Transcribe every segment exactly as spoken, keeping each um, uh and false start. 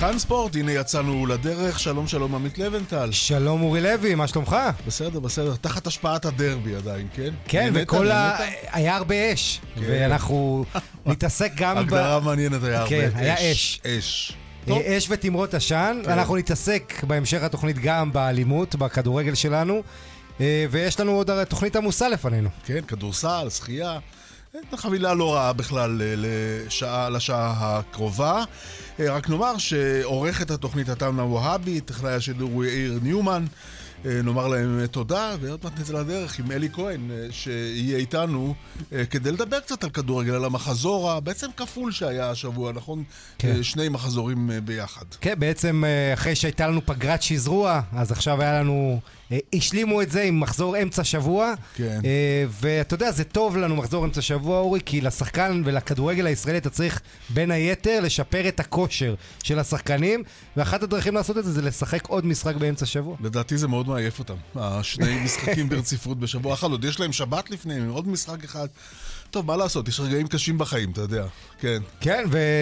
כאן ספורט, הנה יצאנו לדרך. שלום שלום עמית לבנטל. שלום אורי לוי, מה שלומך? בסדר, בסדר, תחת השפעת הדרבי עדיין, כן? כן, וכל ה... היה הרבה אש, ואנחנו נתעסק גם ב... הגדרה מעניינת היה הרבה. כן, היה אש. אש. אש ותמרות עשן, אנחנו נתעסק בהמשך התוכנית גם באלימות, בכדורגל שלנו, ויש לנו עוד תוכנית עמוסה לפנינו. כן, כדורסל, שחייה. חבילה לא רעה בכלל לשעה, לשעה הקרובה. רק נאמר שעורכת התוכנית התמנה והבי, טכנאי השידור הוא יאיר ניומן. נאמר להם תודה, ועוד מעט נצא לדרך עם אלי כהן שיהיה איתנו כדי לדבר קצת על כדורגל, על המחזור בעצם כפול שהיה השבוע, נכון? כן. שני מחזורים ביחד. כן, בעצם אחרי שהייתה לנו פגרת שזרוע, אז עכשיו היה לנו, השלימו את זה עם מחזור אמצע שבוע, כן. ואתה יודע, זה טוב לנו מחזור אמצע שבוע, אורי, כי לשחקן ולכדורגל הישראלי אתה צריך בין היתר לשפר את הכושר של השחקנים, ואחת הדרכים לעשות את זה זה לשחק עוד משחק באמצע שבוע. לדעתי זה מאוד מעייף אותם. השני משחקים ברציפות בשבוע אחד, עוד יש להם שבת לפני, עוד משחק אחד. טוב, מה לעשות? יש רגעים קשים בחיים, אתה יודע. כן. כן,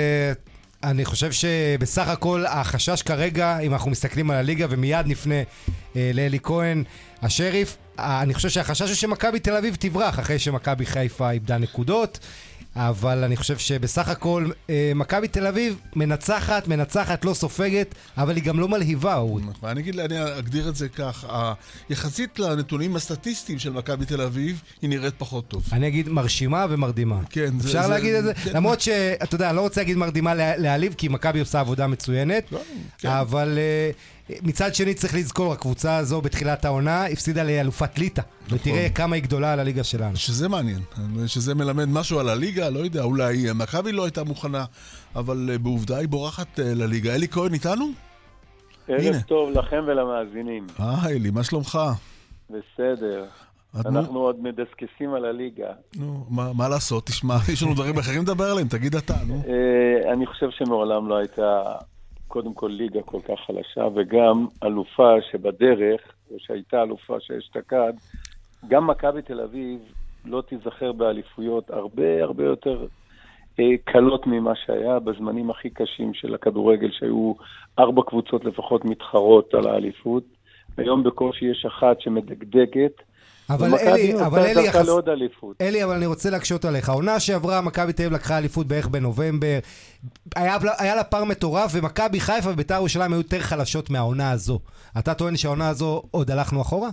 ואני חושב שבסך הכל החשש כרגע, אם אנחנו מסתכלים על הליגה, ומיד נפנה אה, לאלי כהן, השריף, אני חושב שהחשש הוא שמכבי תל אביב תברח, אחרי שמכבי חיפה איבדה נקודות, אבל אני חושב שבסך הכל אה, מכבי תל אביב מנצחת, מנצחת, לא סופגת, אבל היא גם לא מלהיבה, אורי. אני אגיד, אני אגדיר את זה כך, יחסית לנתונים הסטטיסטיים של מכבי תל אביב, היא נראית פחות טוב. אני אגיד מרשימה ומרדימה. כן. אפשר זה, להגיד זה, את זה? כן. למרות שאתה יודע, אני לא רוצה להגיד מרדימה להעליב, כי מכבי עושה עבודה מצוינת, לא, כן. אבל... אה, מצד שני צריך לזכור, הקבוצה הזו בתחילת העונה הפסידה לאלופת ליטא, נכון. ותראה כמה היא גדולה על הליגה שלנו. שזה מעניין, שזה מלמד משהו על הליגה, לא יודע, אולי מכבי לא הייתה מוכנה, אבל בעובדה היא בורחת לליגה. אלי כהן איתנו? ערב טוב לכם ולמאזינים. אה, אלי, מה שלומך? בסדר. אנחנו עוד מדסקסים על הליגה. נו, מה, מה לעשות? תשמע, יש לנו דברים אחרים לדבר עליהם, תגיד אתה, נו. אני חושב שמעולם לא הייתה... קודם כל ליגה כל כך חלשה, וגם אלופה שבדרך, או שהייתה אלופה שאשתקד, גם מכבי תל אביב לא תיזכר באליפויות הרבה הרבה יותר אה, קלות ממה שהיה בזמנים הכי קשים של הכדורגל, שהיו ארבע קבוצות לפחות מתחרות על האליפות. היום בקושי יש אחת שמדגדגת, אבל אלי, אבל אלי, יחס... אלי, אבל אני רוצה להקשות עליך. העונה שעברה, מכבי תל אביב לקחה אליפות בערך בנובמבר. היה, היה לה פר מטורף, ומכבי חיפה ובית"ר ירושלים היו יותר חלשות מהעונה הזו. אתה טוען שהעונה הזו עוד הלכנו אחורה?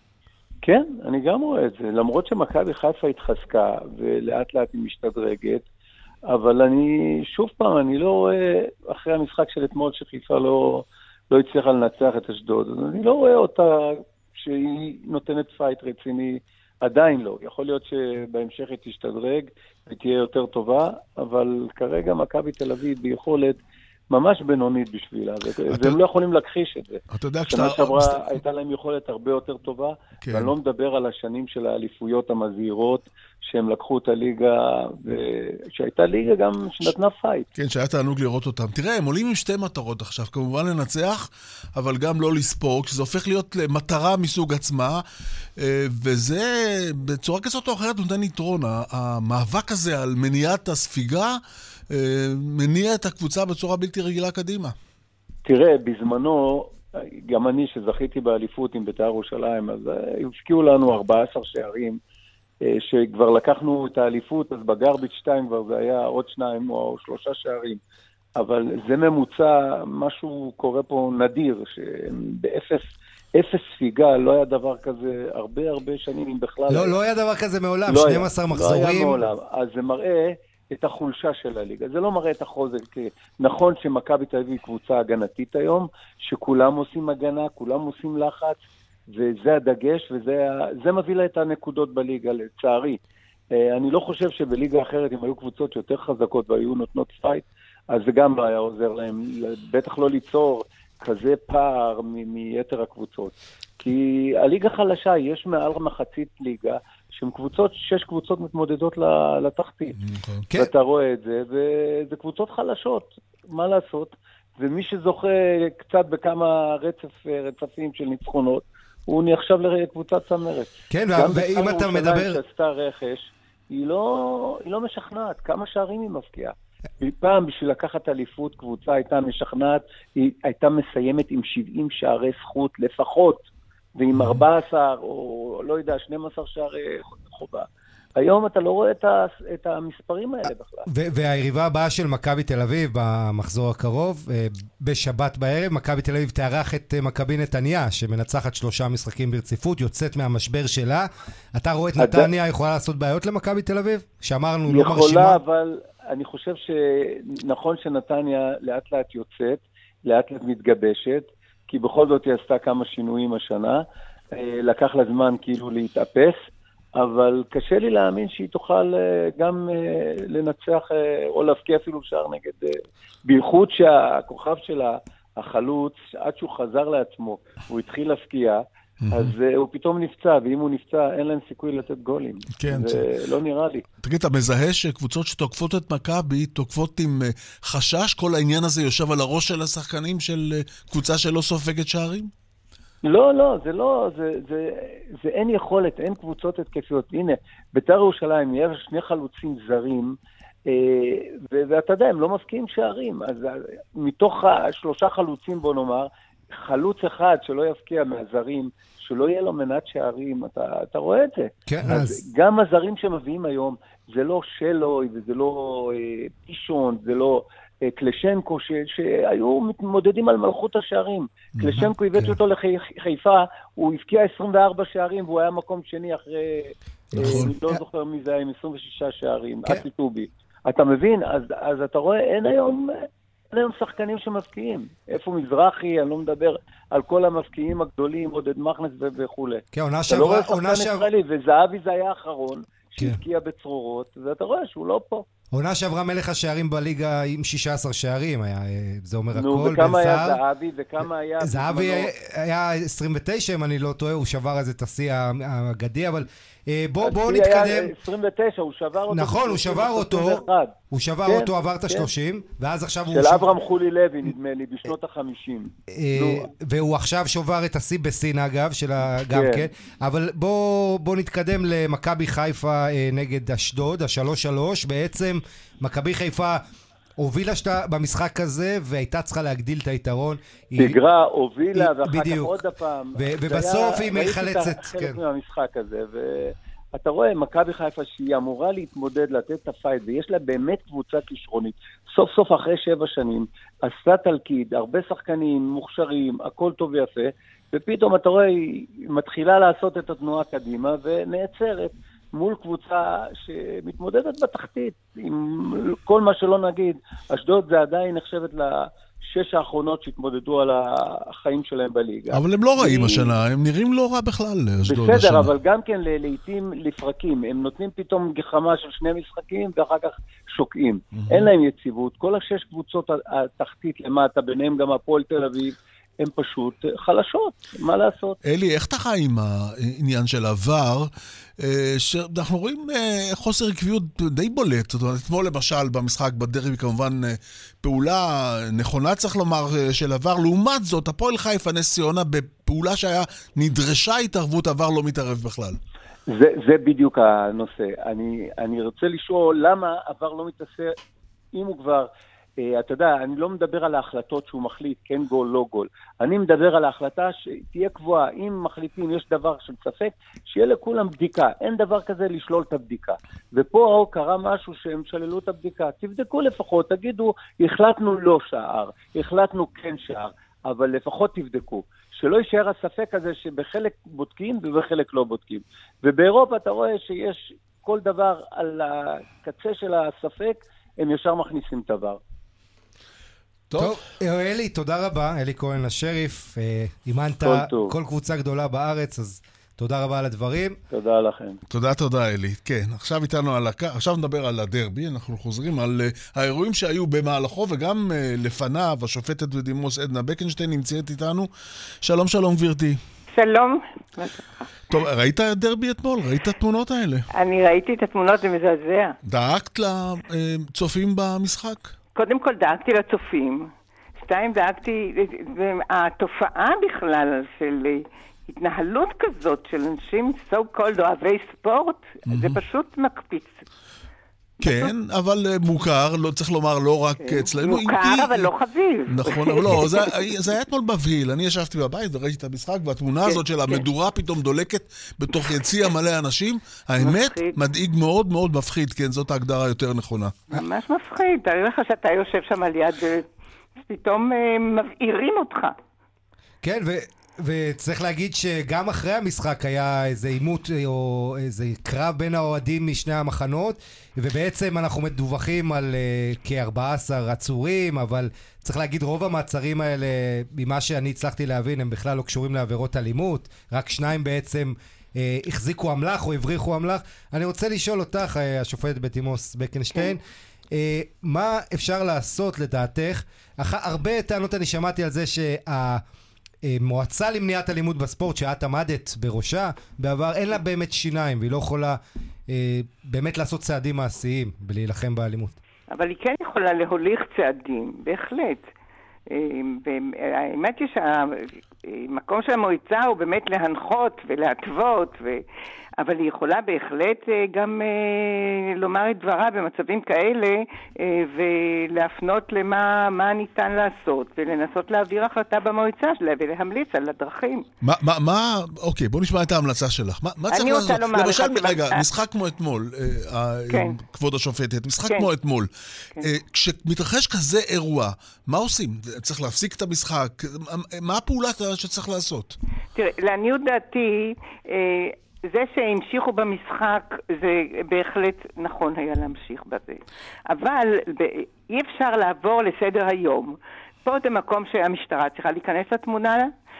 כן, אני גם רואה את זה. למרות שמכבי חיפה התחזקה, ולאט לאט היא משתדרגת, אבל אני, שוב פעם, אני לא רואה, אחרי המשחק של אתמול שחיפה לא, לא הצליחה לנצח את אשדוד, אז אני לא רואה אותה... שהיא נותנת פייט רציני, עדיין לא. יכול להיות שבהמשך היא תשתדרג ותהיה יותר טובה, אבל כרגע מכבי תל אביב ביכולת ממש בינונית בשבילה, והם לא יכולים להכחיש את זה. אתה יודע, שנה שעברה הייתה להם יכולת הרבה יותר טובה, ואני לא מדבר על השנים של האליפויות המזהירות, שהם לקחו את הליגה, שהייתה ליגה גם שנתנה פייט. כן, שהיה תענוג לראות אותם. תראה, הם עולים עם שתי מטרות עכשיו, כמובן לנצח, אבל גם לא לספוג, שזה הופך להיות מטרה מסוג עצמה, וזה בצורה כזאת או אחרת נותן יתרון. המאבק הזה על מניעת הספיגה, מניע את הקבוצה בצורה בלתי רגילה קדימה. תראה, בזמנו, גם אני שזכיתי באליפות עם בית"ר ירושלים, אז הפקיעו לנו ארבעה עשר שערים, שכבר לקחנו את האליפות, אז בגרביץ' שתיים כבר זה היה עוד שניים או שלושה שערים, אבל זה ממוצע, משהו קורה פה נדיר, שבאפס אפס ספיגה, לא היה דבר כזה הרבה הרבה שנים, אם בכלל... לא, לא היה דבר כזה מעולם, לא שנים עשר היה, מחזורים. לא היה מעולם, אז זה מראה את החולשה של הליגה, זה לא מראה את החוזק. נכון שמכבי תל אביב היא קבוצה הגנתית היום, שכולם עושים הגנה, כולם עושים לחץ, וזה הדגש, וזה מביא לה את הנקודות בליגה, לצערי. אני לא חושב שבליגה אחרת, אם היו קבוצות יותר חזקות והיו נותנות פייט, אז זה גם לא היה עוזר להם, בטח לא ליצור כזה פער מ- מיתר הקבוצות. כי הליגה חלשה, יש מעל מחצית ליגה, שהן קבוצות, שש קבוצות מתמודדות לתחתית. כן. ואתה רואה את זה, וזה קבוצות חלשות, מה לעשות? ומי שזוכה קצת בכמה רצף, רצפים של ניצחונות, הוא נחשב לקבוצת צמרת. כן, ואם אתה מדבר... שעשתה רכש, היא לא, היא לא משכנעת, כמה שערים היא מפקיעה. פעם בשביל לקחת אליפות, קבוצה הייתה משכנעת, היא הייתה מסיימת עם שבעים שערי זכות לפחות, ועם ארבע עשרה או לא יודע, שנים עשר שערי חובה. היום אתה לא רואה את, ה, את המספרים האלה בכלל. והיריבה הבאה של מכבי תל אביב במחזור הקרוב, בשבת בערב, מכבי תל אביב תארח את מכבי נתניה, שמנצחת שלושה משחקים ברציפות, יוצאת מהמשבר שלה. אתה רואה את נתניה יכולה לעשות בעיות למכבי תל אביב? שאמרנו לא מרשימה. יכולה, אבל אני חושב שנכון שנתניה לאט לאט יוצאת, לאט לאט מתגבשת, כי בכל זאת היא עשתה כמה שינויים השנה, לקח לה זמן כאילו להתאפס, אבל קשה לי להאמין שהיא תוכל גם לנצח או להפקיע אפילו שער נגד, בייחוד שהכוכב שלה, החלוץ, עד שהוא חזר לעצמו, הוא התחיל להפקיע, אז הוא פתאום נפצע, ואם הוא נפצע, אין להם סיכוי לתת גולים. כן, זה לא נראה לי. תגיד, אתה מזהה שקבוצות שתוקפות את מכבי, תוקפות עם חשש? כל העניין הזה יושב על הראש של השחקנים של קבוצה שלא סופגת שערים? לא, לא, זה לא, זה, זה, זה אין יכולת, אין קבוצות התקפיות. הנה, בית"ר ירושלים, יש שני חלוצים זרים, ואתה יודע, הם לא מפקיעים שערים. אז מתוך שלושה חלוצים, בוא נאמר, חלוץ אחד שלא יפקיע מהזרים, שלא יהיה לו מנת שערים, אתה, אתה רואה את זה. כן, אז... אז... גם הזרים שמביאים היום, זה לא שלוי, וזה לא אה, פישון, זה לא אה, קלשנקו, ש, שהיו מתמודדים על מלכות השערים. קלשנקו הבאתי אותו לחיפה, הוא הפקיע עשרים וארבעה שערים, והוא היה מקום שני אחרי, נכון. אה, לא זוכר מי זה היה, עם עשרים ושישה שערים, אצי טובי. אתה מבין? אז, אז אתה רואה, אין היום... אין היום שחקנים שמפקיעים. איפה מזרחי, אני לא מדבר על כל המפקיעים הגדולים, עודד מכנס וכו'. כן, עונה שעברה. אתה שעברה, לא רואה שחקן ישראלי, וזהבי זה היה האחרון, שהפקיע בצרורות, ואתה רואה שהוא לא פה. עונה שעברה מלך השערים בליגה עם שישה עשר שערים, היה, זה אומר הכל. נו, וכמה היה זהבי, וכמה היה... זהבי היה עשרים ותשע, אם אני לא טועה, הוא שבר אז את השיא האגדי, אבל בואו נתקדם. השיא היה עשרים ותשע, הוא שבר אותו. נכון, הוא שבר אותו, הוא שבר אותו, עבר את ה-שלושים, ואז עכשיו הוא... של אברהם חולי לוי, נדמה לי, בשנות ה-חמישים. והוא עכשיו שובר את השיא בסין, אגב, גם כן. אבל בואו נתקדם למכבי חיפה נגד אשדוד, ה-שלוש שלוש, בעצם מכבי חיפה הובילה שתה במשחק הזה, והייתה צריכה להגדיל את היתרון. תגרה, הובילה, ואחר כך עוד הפעם. ובסוף היא מחלצת. ראיתי את חלק מהמשחק הזה, ואתה רואה, מכבי חיפה שהיא אמורה להתמודד, לתת את הפייט, ויש לה באמת קבוצה כישרונית. סוף סוף אחרי שבע שנים, עשתה תלכיד, הרבה שחקנים, מוכשרים, הכל טוב ויפה, ופתאום אתה רואה, היא מתחילה לעשות את התנועה קדימה, ונעצרת. מול קבוצה שמתמודדת בתחתית, עם כל מה שלא נגיד, אשדוד זה עדיין נחשבת לשש האחרונות שהתמודדו על החיים שלהם בליגה. אבל הם לא רעים השנה, הם נראים לא רע בכלל, אשדוד השנה. בסדר, אבל גם כן לעתים לפרקים, הם נותנים פתאום גחמה של שני משחקים, ואחר כך שוקעים. אין להם יציבות, כל השש קבוצות התחתית למטה, ביניהם גם הפועל תל אביב, הן פשוט חלשות, מה לעשות? אלי, איך אתה חי עם העניין של עבר, שאנחנו רואים חוסר עקביות די בולט, זאת אומרת, אתמול למשל במשחק בדרבי כמובן פעולה נכונה צריך לומר של עבר, לעומת זאת, הפועל חיפה נס ציונה בפעולה שהיה נדרשה התערבות, עבר לא מתערב בכלל. זה, זה בדיוק הנושא. אני, אני רוצה לשאול למה עבר לא מתעסק, אם הוא כבר... אתה יודע, אני לא מדבר על ההחלטות שהוא מחליט, כן גול, לא גול. אני מדבר על ההחלטה שתהיה קבועה. אם מחליטים, יש דבר של ספק, שיהיה לכולם בדיקה. אין דבר כזה לשלול את הבדיקה. ופה קרה משהו שהם שללו את הבדיקה. תבדקו לפחות, תגידו, החלטנו לא שער, החלטנו כן שער, אבל לפחות תבדקו. שלא יישאר הספק הזה שבחלק בודקים ובחלק לא בודקים. ובאירופה אתה רואה שיש כל דבר על הקצה של הספק, הם ישר מכניסים את עבר. טוב, אלי, תודה רבה, אלי כהן השריף, אימנת כל קבוצה גדולה בארץ, אז תודה רבה על הדברים. תודה לכם. תודה, תודה, אלי. כן, עכשיו איתנו על הקו, עכשיו נדבר על הדרבי, אנחנו חוזרים על האירועים שהיו במהלכו, וגם לפניו, השופטת בדימוס עדנה בקנשטיין נמצאת איתנו. שלום, שלום, גברתי. שלום. טוב, ראית הדרבי אתמול? ראית את התמונות האלה? אני ראיתי את התמונות, זה מזעזע. דאגת לצופים במשחק? קודם כל דאגתי לצופים, שתיים דאגתי, התופעה בכלל של התנהלות כזאת של אנשים so called אוהבי ספורט, זה פשוט מקפיץ. כן, אבל מוכר, לא צריך לומר לא רק אצלנו. מוכר, אבל לא חביב. נכון, אבל לא, זה היה אתמול מבהיל. אני ישבתי בבית וראיתי את המשחק, והתמונה הזאת של המדורה פתאום דולקת בתוך יציע מלא אנשים. האמת, מדאיג מאוד מאוד מפחיד, כן, זאת ההגדרה יותר נכונה. ממש מפחיד. תראי לך שאתה יושב שם על יד, פתאום מבעירים אותך. כן, ו... וצריך להגיד שגם אחרי המשחק היה איזה עימות או איזה קרב בין האוהדים משני המחנות, ובעצם אנחנו מדווחים על uh, כ-ארבעה עשר עצורים, אבל צריך להגיד רוב המעצרים האלה, ממה שאני הצלחתי להבין, הם בכלל לא קשורים לעבירות אלימות, רק שניים בעצם uh, החזיקו המלח או הבריחו המלח. אני רוצה לשאול אותך, uh, השופטת בדימוס בקנשטיין, uh, מה אפשר לעשות לדעתך? אח... הרבה טענות אני שמעתי על זה שה... מועצה למניעת אלימות בספורט שאת עמדת בראשה בעבר, אין לה באמת שיניים והיא לא יכולה אה, באמת לעשות צעדים מעשיים בלהילחם באלימות. אבל היא כן יכולה להוליך צעדים, בהחלט. אה, האמת היא שהמקום של המועצה הוא באמת להנחות ולהטוות, ו... אבל היא יכולה בהחלט גם אה, לומר את דברה במצבים כאלה אה, ולהפנות למה מה ניתן לעשות ולנסות להעביר החלטה במועצה שלה ולהמליץ על הדרכים. מה, מה, מה, אוקיי, בוא נשמע את ההמלצה שלך. מה, מה צריך לעשות? למשל, רגע, אה... משחק כמו אתמול, אה, כן. כבוד השופטת, משחק כן. כמו אתמול. כן. אה, כשמתרחש כזה אירוע, מה עושים? צריך להפסיק את המשחק? מה הפעולה שצריך לעשות? תראה, לעניות דעתי, אה, זה שהמשיכו במשחק, זה בהחלט נכון היה להמשיך בזה. אבל אי אפשר לעבור לסדר היום. פה זה מקום שהמשטרה צריכה להיכנס לתמונה,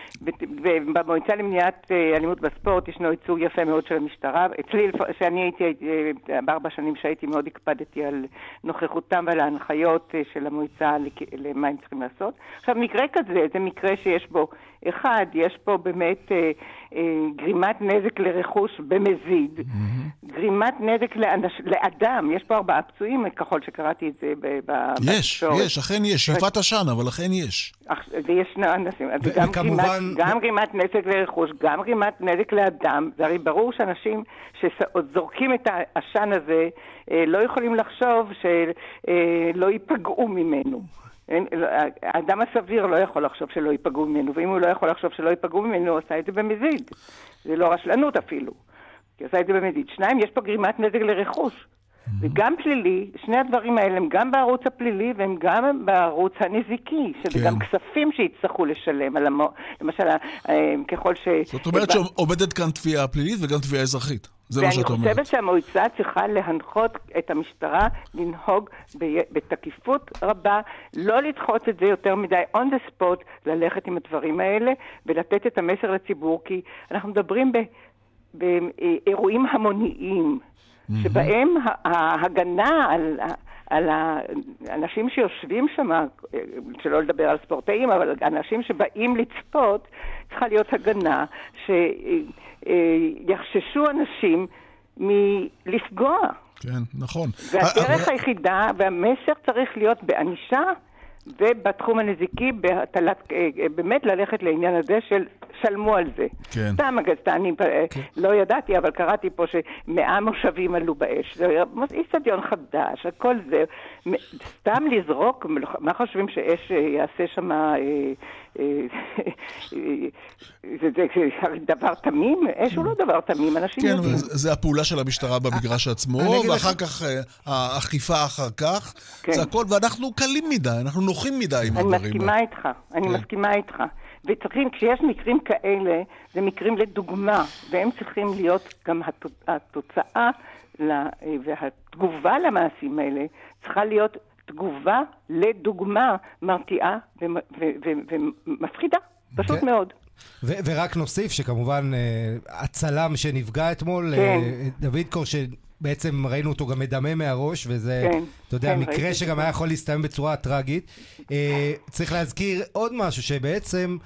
ובמועצה למניעת אלימות בספורט ישנו ייצוג יפה מאוד של המשטרה. אצלי, שאני הייתי, בארבע שנים שהייתי מאוד הקפדתי על נוכחותם ועל ההנחיות של המועצה למה הם צריכים לעשות. עכשיו, מקרה כזה, זה מקרה שיש בו, אחד, יש פה באמת אה, אה, גרימת נזק לרכוש במזיד, mm-hmm. גרימת נזק לאנש, לאדם, יש פה ארבעה פצועים, ככל שקראתי את זה בתקשורת. יש, יש, אכן יש, שאיפת עשן, אבל אכן יש. ויש אנשים, וגם גרימת, גם גרימת נזק לרכוש, גם גרימת נזק לאדם, זה הרי ברור שאנשים שזורקים את העשן הזה, אה, לא יכולים לחשוב שלא ייפגעו ממנו. האדם הסביר לא יכול לחשוב שלא ייפגעו ממנו, ואם הוא לא יכול לחשוב שלא ייפגעו ממנו, הוא עשה את זה במזיד. זה לא רשלנות אפילו, כי עשה את זה במזיד. שניים, יש פה גרימת נזק לרכוש. וגם פלילי, שני הדברים האלה הם גם בערוץ הפלילי והם גם בערוץ הנזיקי, שזה כן. גם כספים שיצטרכו לשלם, על המו... למשל, ככל ש... זאת אומרת שעומדת כאן תביעה פלילית וגם תביעה אזרחית. זה מה שאת אומרת. ואני חושבת שהמועצה צריכה להנחות את המשטרה לנהוג ב... בתקיפות רבה, לא לדחות את זה יותר מדי on the spot, ללכת עם הדברים האלה ולתת את המסר לציבור, כי אנחנו מדברים ב... באירועים המוניים, שבהם ההגנה על, על האנשים שיושבים שם, שלא לדבר על ספורטאים, אבל אנשים שבאים לצפות, צריכה להיות הגנה שיחששו אנשים מלפגוע. כן, נכון. והדרך היחידה, והמסר צריך להיות בענישה, ובתחום הנזיקי, בהטלת, באמת ללכת לעניין הזה של שלמו על זה. כן. סתם אגסטנים, כן. לא ידעתי, אבל קראתי פה שמאה מושבים עלו באש. זה איצטדיון חדש, הכל זה. סתם לזרוק, מה חושבים שאש יעשה שם... זה, זה, זה דבר תמים? אש הוא לא דבר תמים, אנשים כן, יודעים. זה הפעולה של המשטרה במגרש עצמו, ואחר כך האכיפה אחר כך, כן. זה הכל, ואנחנו קלים מדי, אנחנו נוחים מדי עם הדברים. אני מסכימה איתך, אני כן. מסכימה איתך. וצריכים, כשיש מקרים כאלה, זה מקרים לדוגמה, והם צריכים להיות גם התוצאה והתגובה למעשים האלה, צריכה להיות תגובה לדוגמה מרתיעה ומפחידה, פשוט מאוד. ורק נוסיף שכמובן הצלם שנפגע אתמול, דוד קור, שבעצם ראינו אותו גם מדמם מהראש, וזה, אתה יודע, מקרה שגם היה יכול להסתיים בצורה טרגית. צריך להזכיר עוד משהו, שבעצם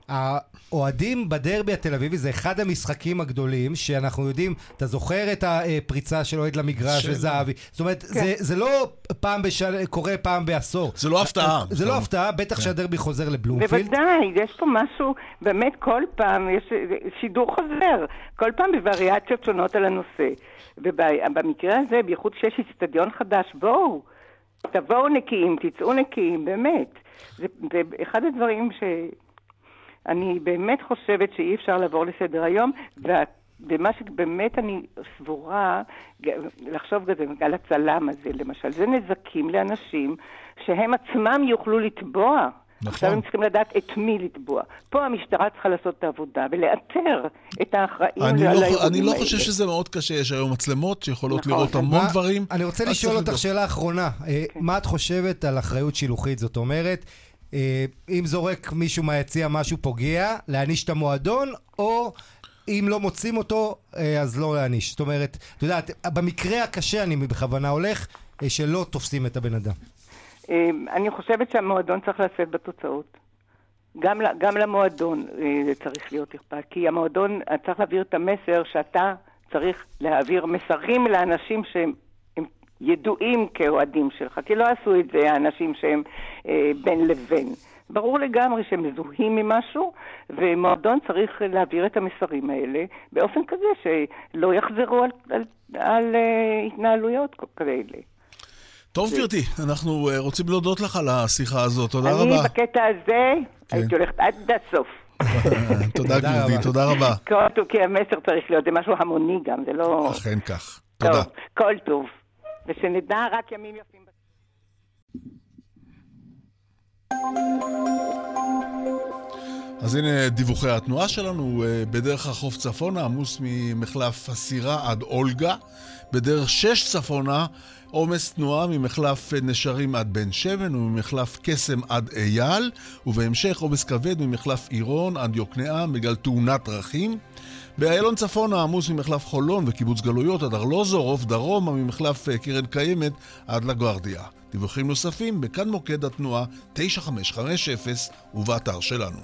האוהדים בדרבי התל אביבי זה אחד המשחקים הגדולים שאנחנו יודעים, אתה זוכר את הפריצה של אוהד למגרש וזהבי, זאת אומרת, זה לא פעם קורה פעם בעשור. זה לא הפתעה. זה לא הפתעה, בטח שהדרבי חוזר לבלומפילד. בוודאי, יש פה משהו, באמת כל פעם, יש שידור חוזר, כל פעם בווריאציות שונות על הנושא. ובמקרה הזה, בייחוד שיש אצטדיון חדש, בואו, תבואו נקיים, תצאו נקיים, באמת. זה אחד הדברים ש... אני באמת חושבת שאי אפשר לעבור לסדר היום, ומה שבאמת אני סבורה, לחשוב על הצלם הזה, למשל, זה נזקים לאנשים שהם עצמם יוכלו לתבוע. נכון. עכשיו הם צריכים לדעת את מי לתבוע. פה המשטרה צריכה לעשות את העבודה ולאתר את האחראים על האירועים האלה. אני לא חושב שזה מאוד קשה, יש היום מצלמות שיכולות נכון. לראות המון מה, דברים. אני רוצה לשאול אותך שאלה אחרונה. כן. מה את חושבת על אחריות שילוחית? זאת אומרת, אם זורק מישהו מהיציע משהו פוגע, להעניש את המועדון, או אם לא מוצאים אותו, אז לא להעניש. זאת אומרת, אתה יודעת, במקרה הקשה אני בכוונה הולך, שלא תופסים את הבן אדם. אני חושבת שהמועדון צריך לשאת בתוצאות. גם, גם למועדון זה צריך להיות אכפת, כי המועדון צריך להעביר את המסר שאתה צריך להעביר מסרים לאנשים שהם ידועים כאוהדים שלך, כי לא עשו את זה האנשים שהם אה, בין לבין. ברור לגמרי שהם מזוהים ממשהו, ומועדון צריך להעביר את המסרים האלה באופן כזה שלא יחזרו על, על, על uh, התנהלויות כאלה. טוב גברתי, אנחנו uh, רוצים להודות לך על השיחה הזאת, תודה רבה. אני בקטע הזה הייתי הולכת עד הסוף. תודה גברתי, תודה רבה. כי המסר צריך להיות, זה משהו המוני גם, זה לא... אכן כך, תודה. טוב, כל טוב. ושנדע רק ימים יפים. אז הנה דיווחי התנועה שלנו. בדרך החוף צפונה עמוס ממחלף הסירה עד אולגה, בדרך שש צפונה עומס תנועה ממחלף נשרים עד בן שמן וממחלף קסם עד אייל, ובהמשך עומס כבד ממחלף עירון עד יוקנעם בגלל תאונת דרכים. באיילון צפונה עמוס ממחלף חולון וקיבוץ גלויות עד ארלוזורוב, דרומה ממחלף קרן קיימת עד לגוארדיה. דיווחים נוספים בכאן מוקד התנועה תשע חמש חמש אפס ובאתר שלנו.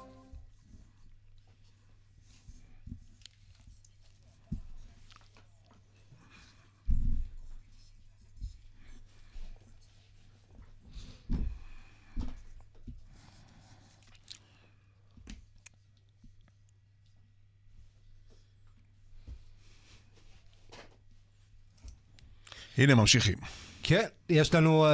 הנה ממשיכים. כן, יש לנו...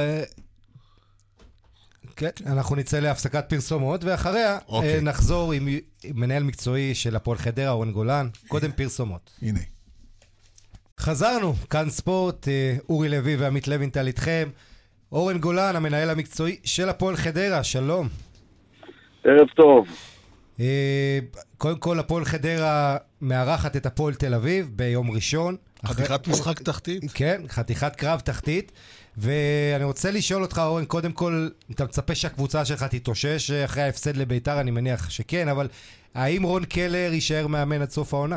כן, אנחנו נצא להפסקת פרסומות, ואחריה אוקיי. נחזור עם מנהל מקצועי של הפועל חדרה, אורן גולן. קודם פרסומות. הנה. חזרנו, כאן ספורט, אורי לוי ועמית לוינטל איתכם. אורן גולן, המנהל המקצועי של הפועל חדרה, שלום. ערב טוב. קודם כל, הפועל חדרה מארחת את הפועל תל אביב ביום ראשון. חתיכת משחק תחתית. כן, חתיכת קרב תחתית. ואני רוצה לשאול אותך, אורן, קודם כל, אתה מצפה שהקבוצה שלך תתאושש אחרי ההפסד לביתר? אני מניח שכן, אבל האם רון קלר יישאר מאמן עד סוף העונה?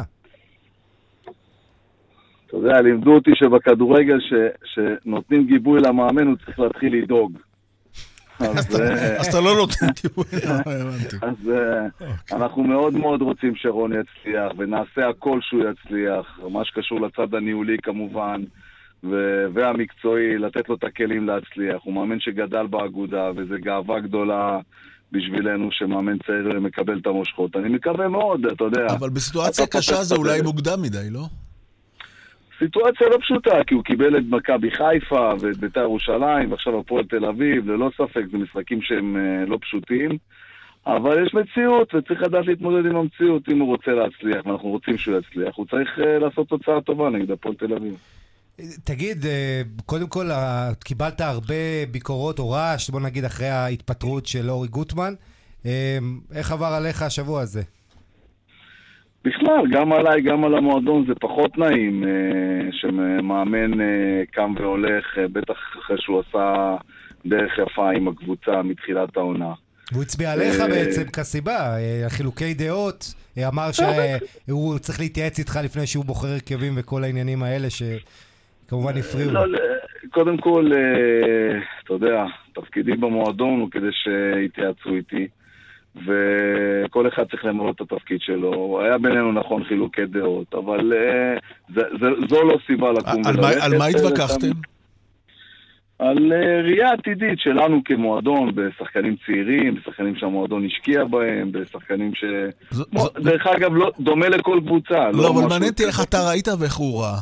אתה יודע, לימדו אותי שבכדורגל שנותנים גיבוי למאמן, הוא צריך להתחיל לדאוג. אז אתה לא נותן גיבוי. אז אנחנו מאוד מאוד רוצים שרון יצליח, ונעשה הכל שהוא יצליח, מה שקשור לצד הניהולי כמובן, והמקצועי, לתת לו את הכלים להצליח. הוא מאמן שגדל באגודה, וזו גאווה גדולה בשבילנו שמאמן צעיר מקבל את המושכות. אני מקווה מאוד, אתה יודע. אבל בסיטואציה קשה זה אולי מוקדם מדי, לא? סיטואציה לא פשוטה, כי הוא קיבל את מכבי חיפה ואת בית"ר ירושלים, ועכשיו הפועל תל אביב, ללא ספק, זה משחקים שהם לא פשוטים, אבל יש מציאות, וצריך לדעת להתמודד עם המציאות אם הוא רוצה להצליח, ואנחנו רוצים שהוא יצליח. הוא צריך לעשות תוצאה טובה נגד הפועל תל אביב. תגיד, קודם כל, קיבלת הרבה ביקורות או רעש, בוא נגיד אחרי ההתפטרות של אורי גוטמן. איך עבר עליך השבוע הזה? בכלל, גם עליי, גם על המועדון, זה פחות נעים שמאמן קם והולך, בטח אחרי שהוא עשה דרך יפה עם הקבוצה מתחילת העונה. והוא הצביע עליך בעצם כסיבה, חילוקי דעות, אמר שהוא צריך להתייעץ איתך לפני שהוא בוחר הרכבים וכל העניינים האלה שכמובן הפריעו. קודם כל, אתה יודע, תפקידי במועדון הוא כדי שיתייעצו איתי. וכל אחד צריך למלא את התפקיד שלו. היה בינינו נכון חילוקי דעות, אבל זה, זה, זו לא סיבה לקום וללכת. על מה התווכחתם? על ראייה עתידית שלנו כמועדון, בשחקנים צעירים, בשחקנים שהמועדון השקיע בהם, בשחקנים ש... דרך אגב, דומה לכל קבוצה. לא, אבל מעניינתי איך אתה ראית ואיך הוא ראה.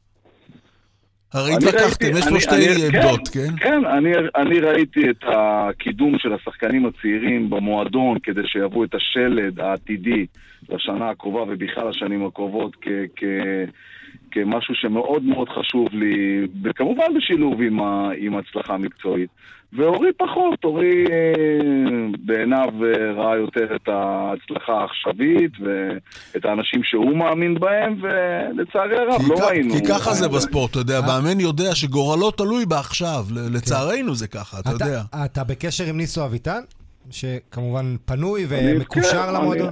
הרי התווכחתם, יש פה שתי עמדות, כן? כן, אני ראיתי את הקידום של השחקנים הצעירים במועדון, כדי שיבוא את השלד העתידי לשנה הקרובה, ובכלל לשנים הקרובות, כ... כמשהו שמאוד מאוד חשוב לי, וכמובן בשילוב עם, ה, עם הצלחה מקצועית. ואורי פחות, אורי בעיניו ראה יותר את ההצלחה העכשווית, ואת האנשים שהוא מאמין בהם, ולצערי הרב לא ראינו. כי ככה זה בספורט, אתה יודע, מאמן יודע שגורלו תלוי בעכשיו, לצערנו זה ככה, אתה יודע. אתה בקשר עם ניסו אביטן, שכמובן פנוי ומקושר למועדון?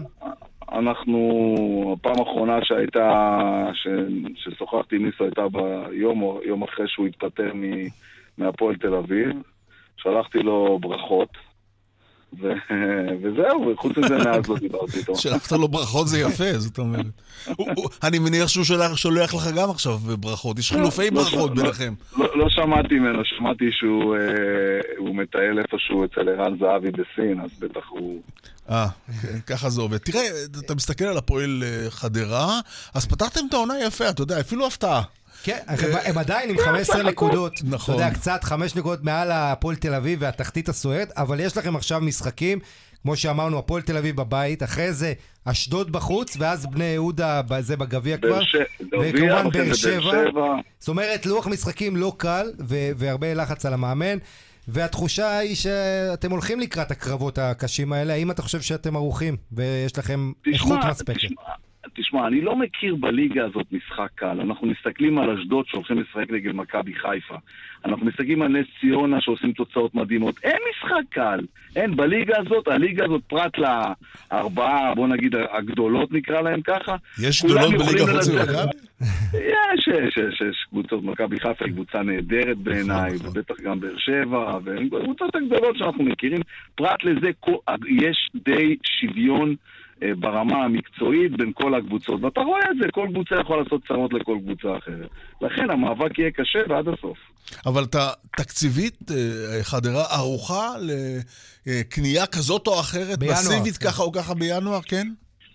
אנחנו, הפעם האחרונה שהייתה, ש, ששוחחתי עם ניסו הייתה ביום יום אחרי שהוא התפטר מהפועל תל אביב. שלחתי לו ברכות, ו, וזהו, וחוץ מזה מאז לא דיברתי איתו. שלחת לו ברכות זה יפה, זאת אומרת. אני מניח שהוא שולח לך גם עכשיו ברכות, יש חילופי ברכות ביניכם. לא שמעתי ממנו, שמעתי שהוא מטייל איפשהו אצל ערן זהבי בסין, אז בטח הוא... אה, ככה זה עובד. תראה, אתה מסתכל על הפועל חדרה, אז פתחתם את העונה יפה, אתה יודע, אפילו הפתעה. כן, הם עדיין עם חמש עשרה נקודות, אתה יודע, קצת חמש נקודות מעל הפועל תל אביב והתחתית הסוערת, אבל יש לכם עכשיו משחקים, כמו שאמרנו, הפועל תל אביב בבית, אחרי זה אשדוד בחוץ, ואז בני יהודה זה בגביע כבר, וכמובן באר שבע. זאת אומרת, לוח משחקים לא קל, והרבה לחץ על המאמן, והתחושה היא שאתם הולכים לקראת הקרבות הקשים האלה. האם אתה חושב שאתם ערוכים ויש לכם איכות מספקת? תשמע, אני לא מכיר בליגה הזאת משחק קל. אנחנו מסתכלים על אשדוד שהולכים לשחק נגד מכבי חיפה. אנחנו מסתכלים על נס ציונה שעושים תוצאות מדהימות. אין משחק קל. אין, בליגה הזאת, הליגה הזאת פרט לארבעה, בוא נגיד, הגדולות נקרא להם ככה. יש גדולות בליגה חוץ ממכבי? יש, יש, יש, יש קבוצות. מכבי חיפה היא קבוצה נהדרת בעיניי, ובטח גם באר שבע, והקבוצות הגדולות שאנחנו מכירים. פרט לזה, יש די שוויון ברמה המקצועית בין כל הקבוצות, ואתה רואה את זה, כל קבוצה יכול לעשות צרות לכל קבוצה אחרת. לכן המאבק יהיה קשה ועד הסוף. אבל אתה תקציבית, חדרה, ערוכה לקנייה כזאת או אחרת, מסיבית ככה או ככה בינואר, כן?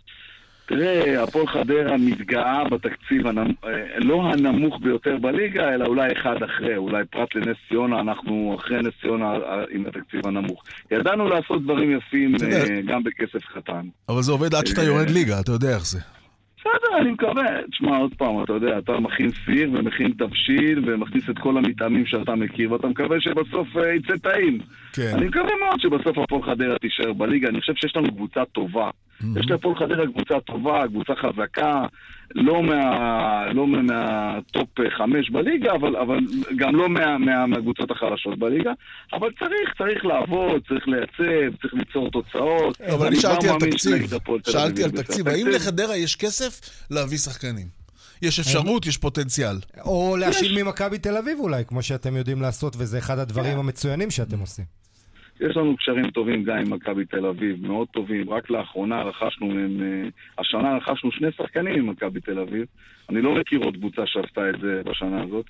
תראה, הפועל חדרה מתגאה בתקציב הנמ... לא הנמוך ביותר בליגה, אלא אולי אחד אחרי, אולי פרט לנס ציונה, אנחנו אחרי נס ציונה עם התקציב הנמוך. ידענו לעשות דברים יפים גם בכסף קטן. אבל זה עובד עד שאתה יורד ליגה, אתה יודע איך זה. בסדר, אני מקווה. תשמע, עוד פעם, אתה יודע, אתה מכין סיר ומכין תבשיל ומכניס את כל המטעמים שאתה מכיר, ואתה מקווה שבסוף יצא טעים. כן. אני מקווה מאוד שבסוף הפועל חדרה תישאר בליגה. אני חושב שיש לנו קבוצה טובה. יש להפועל חדרה קבוצה טובה, קבוצה חזקה, לא מה, לא מהטופ חמש בליגה, אבל, אבל גם לא מה, מה, מהקבוצות החלשות בליגה, אבל צריך, צריך לעבוד, צריך לייצב, צריך ליצור תוצאות. אבל אני שאלתי על תקציב, שאלתי על תקציב, האם לחדרה יש כסף להביא שחקנים? יש אפשרות, יש פוטנציאל. או להשיל ממכבי תל אביב אולי, כמו שאתם יודעים לעשות, וזה אחד הדברים המצוינים שאתם עושים. יש לנו קשרים טובים גם עם מכבי תל אביב, מאוד טובים. רק לאחרונה רכשנו, השנה רכשנו שני שחקנים עם מכבי תל אביב. אני לא מכיר עוד קבוצה שעשתה את זה בשנה הזאת.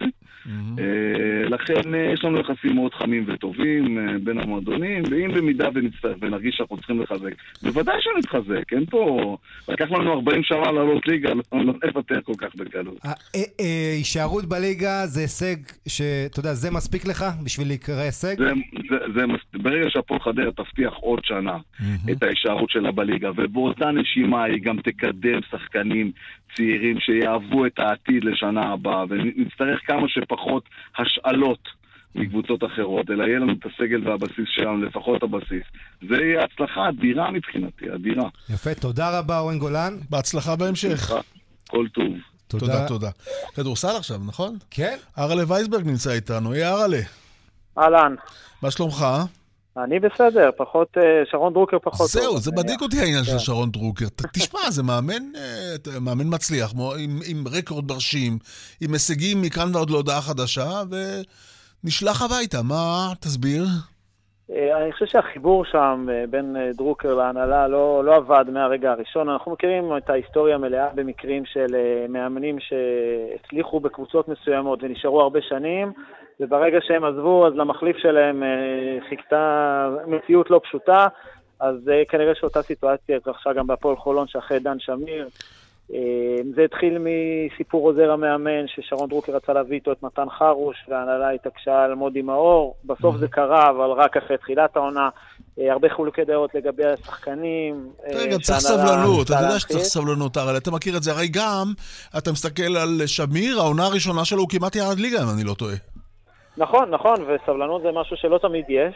לכן יש לנו יחסים מאוד חמים וטובים בין המועדונים, ואם במידה ונצטרך ונרגיש שאנחנו צריכים לחזק, בוודאי שנתחזק. אין פה, לקח לנו ארבעים שנה לעלות ליגה, לא נפתח כל כך בקלות. הישארות בליגה זה הישג שאתה יודע, זה מספיק לך בשביל להיקרא הישג? זה מספיק. ברגע שהפועל חדרה תבטיח עוד שנה את ההישארות שלה בליגה, ובאותה נשימה היא גם תקדם שחקנים צעירים שיאהבו את העתיד לשנה הבאה, ונצטרך כמה שפחות השאלות מקבוצות אחרות, אלא יהיה לנו את הסגל והבסיס שלנו, לפחות הבסיס. זה יהיה הצלחה אדירה מבחינתי, אדירה. יפה, תודה רבה אורן גולן. בהצלחה בהמשך. כל טוב. תודה, תודה. כדורסל עכשיו, נכון? כן. ארלה וייסברג נמצא איתנו. היי ארלה. אהלן. מה שלומך? אני בסדר, פחות, שרון דרוקר פחות. זהו, זה מדאיג אותי העניין של שרון דרוקר. תשמע, זה מאמן, מאמן מצליח, עם רקורד ברשים, עם הישגים מכאן ועוד להודעה חדשה, ונשלח הביתה. מה, תסביר? אני חושב שהחיבור שם בין דרוקר להנהלה לא, לא עבד מהרגע הראשון. אנחנו מכירים את ההיסטוריה המלאה במקרים של מאמנים שהצליחו בקבוצות מסוימות ונשארו הרבה שנים, וברגע שהם עזבו, אז למחליף שלהם חיכתה מציאות לא פשוטה, אז כנראה שאותה סיטואציה התרחשה גם בהפועל חולון שאחרי דן שמיר. זה התחיל מסיפור עוזר המאמן, ששרון דרוקר רצה להביא איתו את מתן חרוש, וההנהלה התעקשה על מודי מאור. בסוף זה קרה, אבל רק אחרי תחילת העונה, הרבה חילוקי דעות לגבי השחקנים. רגע, צריך סבלנות, אתה יודע שצריך סבלנות, אבל אתה מכיר את זה, הרי גם, אתה מסתכל על שמיר, העונה הראשונה שלו הוא כמעט ירד ליגה, אם אני לא טועה. נכון, נכון, וסבלנות זה משהו שלא תמיד יש.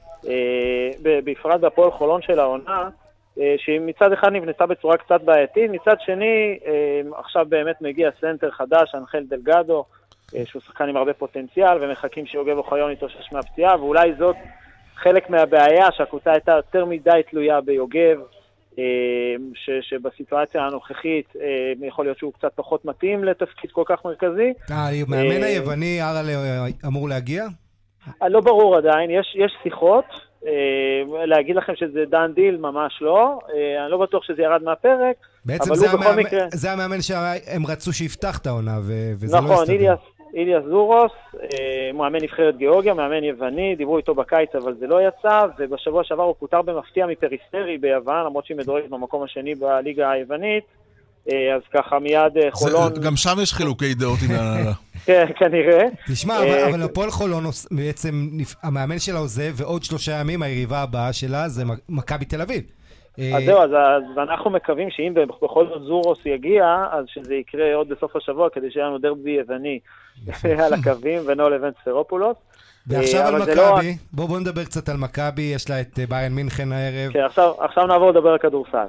בפרט בהפועל חולון של העונה, שהיא מצד אחד נבנתה בצורה קצת בעייתית, מצד שני, עכשיו באמת מגיע סנטר חדש, אנחל דלגדו, שהוא שחקן עם הרבה פוטנציאל, ומחכים שיוגב אוחיון יתאושש מהפציעה, ואולי זאת חלק מהבעיה, שהקבוצה הייתה יותר מדי תלויה ביוגב, ש, שבסיטואציה הנוכחית יכול להיות שהוא קצת פחות מתאים לתפקיד כל כך מרכזי. המאמן היווני ארלה אמור להגיע? לא ברור עדיין, יש, יש שיחות, להגיד לכם שזה דן דיל, ממש לא. אני לא בטוח שזה ירד מהפרק. בעצם זה, המאמן, מקרה... זה המאמן שהם רצו שיפתח את העונה, ו... וזה נכון, לא הסתדר. איליאס, איליאס זורוס, מאמן נבחרת גיאורגיה, מאמן יווני, דיברו איתו בקיץ, אבל זה לא יצא, ובשבוע שעבר הוא פוטר במפתיע מפריסטרי ביוון, למרות שהיא מדורגת במקום השני בליגה היוונית, אז ככה מיד חולון... גם שם יש חילוקי דעות עם ה... כן, כנראה. תשמע, אבל הפועל חולון בעצם, המאמן שלה עוזב, ועוד שלושה ימים היריבה הבאה שלה זה מכבי תל אביב. אז זהו, אז אנחנו מקווים שאם בכל זאת זורוס יגיע, אז שזה יקרה עוד בסוף השבוע, כדי שיהיה לנו דרבי יווני על הקווים, ונו לבין ספרופולוס. ועכשיו על מכבי, בואו נדבר קצת על מכבי, יש לה את ביירן מינכן הערב. כן, עכשיו נעבור לדבר על כדורסל.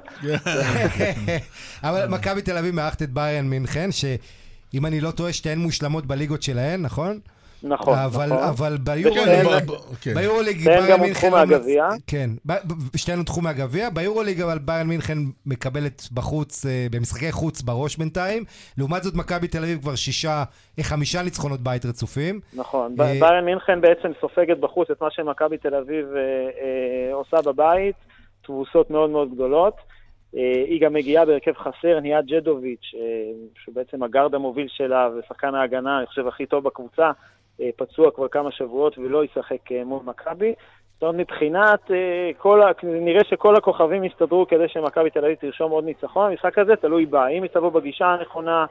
אבל מכבי תל אביב מארחת את ביירן מינכן, שאם אני לא טועה, שתיהן מושלמות בליגות שלהן, נכון? נכון, אבל, נכון. אבל ביורוליג, ביורוליג ביירן מינכן מהגביע. כן, שתינו תחום מהגביע. ביורוליג אבל ביירן מינכן מקבלת בחוץ, במשחקי חוץ בראש בינתיים. לעומת זאת מכבי תל אביב כבר שישה, חמישה ניצחונות בית רצופים. נכון, ביירן מינכן בעצם סופגת בחוץ את מה שמכבי תל אביב עושה בבית, תבוסות מאוד מאוד גדולות. היא גם מגיעה בהרכב חסר, נהיה ג'דוביץ', שבעצם הגארד המוביל שלה ושחקן ההגנה, אני חושב הכי טוב בקבוצה, פצוע כבר כמה שבועות ולא ישחק מול מכבי. זאת אומרת, מבחינת, כל, נראה שכל הכוכבים יסתדרו כדי שמכבי תל אביב תרשום עוד ניצחון. המשחק הזה תלוי בה. אם היא תבוא בגישה הנכונה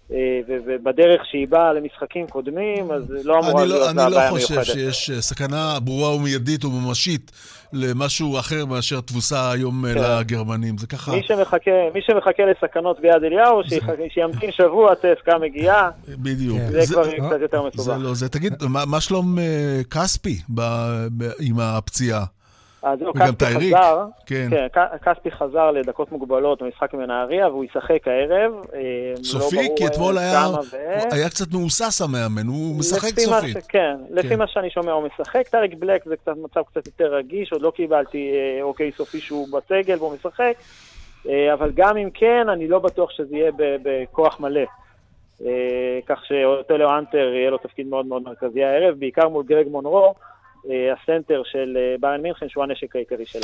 ובדרך שהיא באה למשחקים קודמים, אז לא אמורה להיות לה בעיה מיוחדת. אני לא חושב שיש סכנה ברורה ומיידית וממשית למשהו אחר מאשר תבוסה היום לגרמנים. זה ככה... מי שמחכה לסכנות ביד אליהו, שימתין שבוע, תפקה מגיעה. בדיוק. זה כבר קצת יותר מסובך. זה, תגיד, מה שלום כספי עם הפציעה? אז זהו, כספי חזר, כן, כספי חזר לדקות מוגבלות במשחק מנהריה, והוא ישחק הערב. סופי, כי אתמול היה קצת מאוסס המאמן, הוא משחק סופית. כן, לפי מה שאני שומע הוא משחק. טריק בלק זה קצת מצב קצת יותר רגיש, עוד לא קיבלתי אוקיי סופי שהוא בסגל והוא משחק, אבל גם אם כן, אני לא בטוח שזה יהיה בכוח מלא. כך שאוטליו אנטר יהיה לו תפקיד מאוד מאוד מרכזי הערב, בעיקר מול גרג מונרו, הסנטר של ביירן מינכן, שהוא הנשק העיקרי שלה.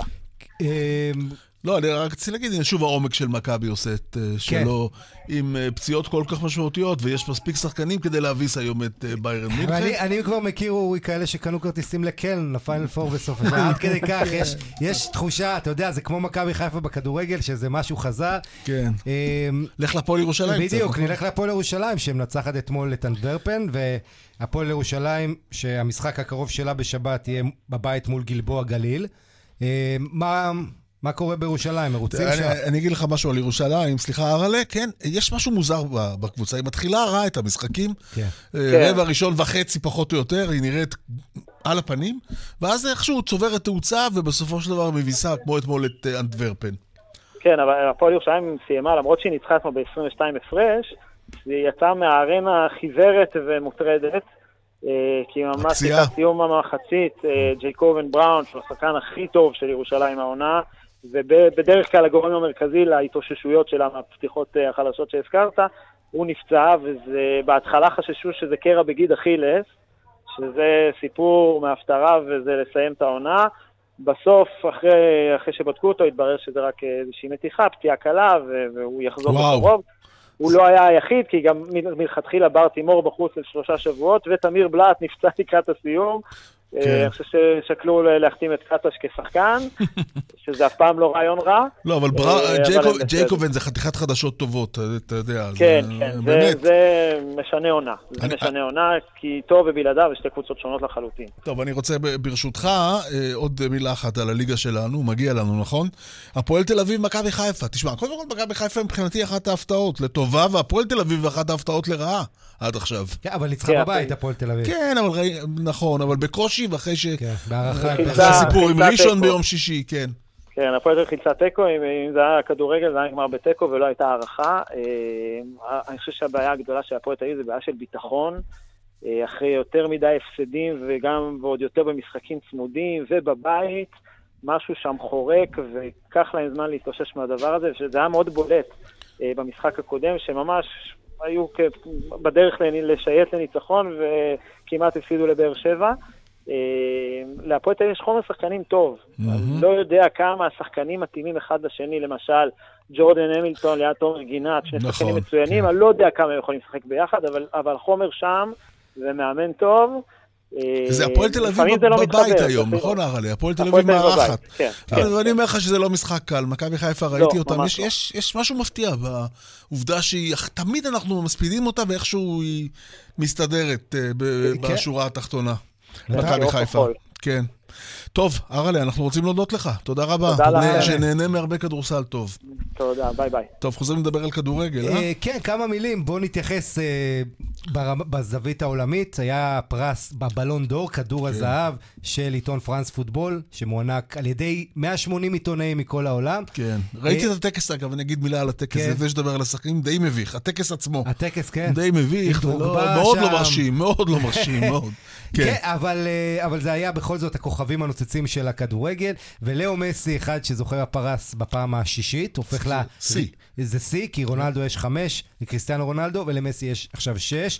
לא, אני רק רוצה להגיד, שוב העומק של מכבי עושה את שלו, עם פציעות כל כך משמעותיות, ויש מספיק שחקנים כדי להביס היום את ביירן מינכן. אני כבר מכיר כאלה שקנו כרטיסים לקלן, לפיינל פור בסוף. עד כדי כך, יש תחושה, אתה יודע, זה כמו מכבי חיפה בכדורגל, שזה משהו חזר. כן. לך לפועל ירושלים. בדיוק, נלך לפועל ירושלים, שמנצחת אתמול את אנטוורפן, והפועל ירושלים, שהמשחק הקרוב שלה בשבת יהיה בבית מול גלבוע גליל. מה... מה קורה בירושלים? מרוצים שם? אני אגיד לך משהו על ירושלים, סליחה, ארלה, כן, יש משהו מוזר בקבוצה, היא מתחילה רע את המשחקים, רבע ראשון וחצי פחות או יותר, היא נראית על הפנים, ואז איכשהו צוברת תאוצה, ובסופו של דבר מביסה, כמו אתמול את אנטוורפן. כן, אבל הפועל ירושלים סיימה, למרות שהיא ניצחה אתמול ב-עשרים ושתיים הפרש, היא יצאה מהארנה חיוורת ומוטרדת, כי ממש לקראת סיום המחצית, ג'ייקובן בראון, שהוא השחקן הכי טוב של ירושלים העונה, ובדרך כלל הגורם המרכזי להתאוששויות של הפתיחות החלשות שהזכרת, הוא נפצע, ובהתחלה חששו שזה קרע בגיד אכילס, שזה סיפור מהפטרה וזה לסיים את העונה. בסוף, אחרי, אחרי שבדקו אותו, התברר שזה רק איזושהי מתיחה, פציעה קלה, והוא יחזור בקרוב. הוא לא היה היחיד, כי גם מלכתחילה בר תימור בחוץ לשלושה שבועות, ותמיר בלאט נפצע לקראת הסיום. אני חושב ששקלו להחתים את קטש כשחקן, שזה אף פעם לא רעיון רע. לא, אבל ג'ייקובן זה חתיכת חדשות טובות, אתה יודע. כן, כן, זה משנה עונה. זה משנה עונה, כי טוב ובלעדיו יש שתי קבוצות שונות לחלוטין. טוב, אני רוצה ברשותך עוד מילה אחת על הליגה שלנו, מגיע לנו, נכון? הפועל תל אביב, מכבי חיפה. תשמע, קודם כל מכבי חיפה מבחינתי אחת ההפתעות לטובה, והפועל תל אביב אחת ההפתעות לרעה עד עכשיו. כן, אבל ניצחה בבית, הפועל תל אביב. כן, אבל נכון, אבל בקושי, ואחרי ש... אחרי הסיפור עם ראשון ביום שישי, כן. כן, הפועל תל אביב חילצה טקו, אם זה היה כדורגל, זה היה נגמר בטקו ולא הייתה הערכה. אני חושב שהבעיה הגדולה של הפועל תל אביב זה בעיה של ביטחון, אחרי יותר מדי הפסדים וגם ועוד יותר במשחקים צמודים ובבית, משהו שם חורק וכך להם זמן להתאושש מהדבר הזה, שזה היה מאוד בולט במשחק הקודם, שממש היו בדרך לשייט לניצחון וכמעט הפסידו לבאר שבע. להפועל תל אביב יש חומר שחקנים טוב. אני לא יודע כמה השחקנים מתאימים אחד לשני, למשל ג'ורדן המילטון ליד תומר גינת, שני שחקנים מצוינים, אני לא יודע כמה הם יכולים לשחק ביחד, אבל חומר שם ומאמן טוב. זה הפועל תל אביב בבית היום, נכון הרלי? הפועל תל אביב מארחת. ואני אומר לך שזה לא משחק קל, מכבי חיפה ראיתי אותם, יש משהו מפתיע בעובדה שתמיד אנחנו מספידים אותה ואיכשהו היא מסתדרת בשורה התחתונה. מכבי חיפה. כן. טוב, הרלי, אנחנו רוצים להודות לך. תודה רבה. שנהנה מהרבה כדורסל טוב. תודה, ביי ביי. טוב, חוזרים לדבר על כדורגל, אה? כן, כמה מילים. בואו נתייחס בזווית העולמית. היה פרס בבלון דור, כדור הזהב של עיתון פרנס פוטבול, שמוענק על ידי מאה ושמונים עיתונאים מכל העולם. כן. ראיתי את הטקס, אגב, אני אגיד מילה על הטקס, זה שדבר על השחקים, די מביך. הטקס עצמו. הטקס, כן. די מביך, מאוד לא מרשים, מאוד לא מרשים, מאוד. כן, אבל, אבל זה היה בכל זאת הכוכבים הנוצצים של הכדורגל, ולאו מסי, אחד שזוכר הפרס בפעם השישית, הופך לה... סי. זה סי, כי רונלדו יש חמש, לקריסטיאנו רונלדו, ולמסי יש עכשיו שש.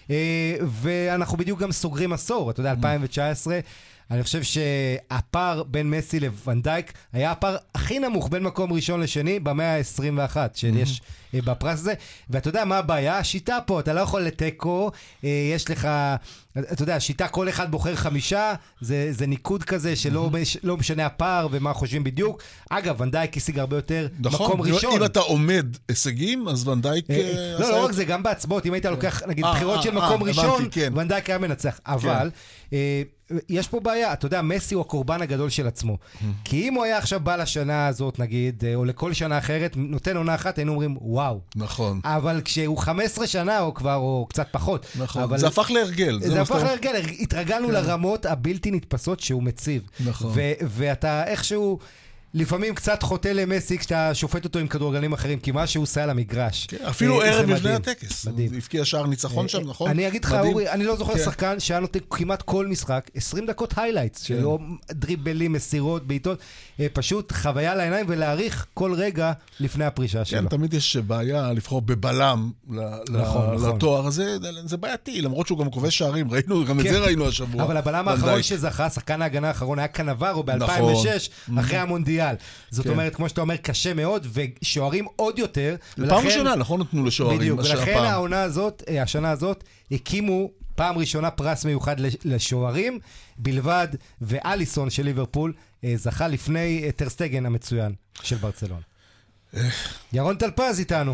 ואנחנו בדיוק גם סוגרים עשור, אתה יודע, אלפיים תשע עשרה, אני חושב שהפער בין מסי לוונדייק היה הפער הכי נמוך בין מקום ראשון לשני במאה ה-עשרים ואחת שיש בפרס הזה. ואתה יודע מה הבעיה? השיטה פה, אתה לא יכול לתיקו, יש לך, אתה יודע, השיטה כל אחד בוחר חמישה, זה, זה ניקוד כזה שלא לא משנה הפער ומה חושבים בדיוק. אגב, ונדייק השיג הרבה יותר נכון, מקום ראשון. אם אתה עומד הישגים, אז ונדייק... לא, לא רק זה, גם בהצבעות, אם היית לוקח, נגיד, בחירות של מקום ראשון, ונדייק היה מנצח. אבל... יש פה בעיה, אתה יודע, מסי הוא הקורבן הגדול של עצמו. כי אם הוא היה עכשיו בא לשנה הזאת, נגיד, או לכל שנה אחרת, נותן עונה אחת, היינו אומרים, וואו. נכון. אבל כשהוא חמש עשרה שנה, או כבר, או קצת פחות. נכון, אבל... זה הפך להרגל. זה, זה הפך להרגל, התרגלנו לרמות הבלתי נתפסות שהוא מציב. נכון. ו- ואתה איכשהו... לפעמים קצת חוטא למסי כשאתה שופט אותו עם כדורגלנים אחרים, כי מה שהוא עושה על המגרש. אפילו ערב לפני הטקס. הפקיע שער ניצחון שם, נכון? אני אגיד לך, אורי, אני לא זוכר שחקן שהיה נותן כמעט כל משחק, עשרים דקות היילייטס, שלא דריבלים, מסירות, בעיטות, פשוט חוויה לעיניים ולהעריך כל רגע לפני הפרישה שלו. כן, תמיד יש בעיה לבחור בבלם לתואר הזה, זה בעייתי, למרות שהוא גם כובש שערים, ראינו, גם את זה ראינו השבוע. אבל הבלם האחרון שזכה, שחקן ההגנה האחרון היה קנברו ב-אלפיים ושש, אחרי המונדיאל. זאת אומרת, כמו שאתה אומר, קשה מאוד, ושוערים עוד יותר. פעם ראשונה, נכון, נתנו לשוערים. בדיוק, ולכן העונה הזאת, השנה הזאת, הקימו פעם ראשונה פרס מיוחד לשוערים, בלבד, ואליסון של ליברפול זכה לפני טרסטגן המצוין של ברצלון. ירון טלפז איתנו.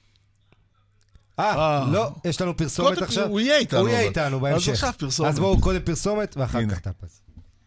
אה, לא, יש לנו פרסומת עכשיו. הוא יהיה איתנו. הוא יהיה איתנו בהמשך. אז בואו קודם פרסומת, ואחר כך טלפז.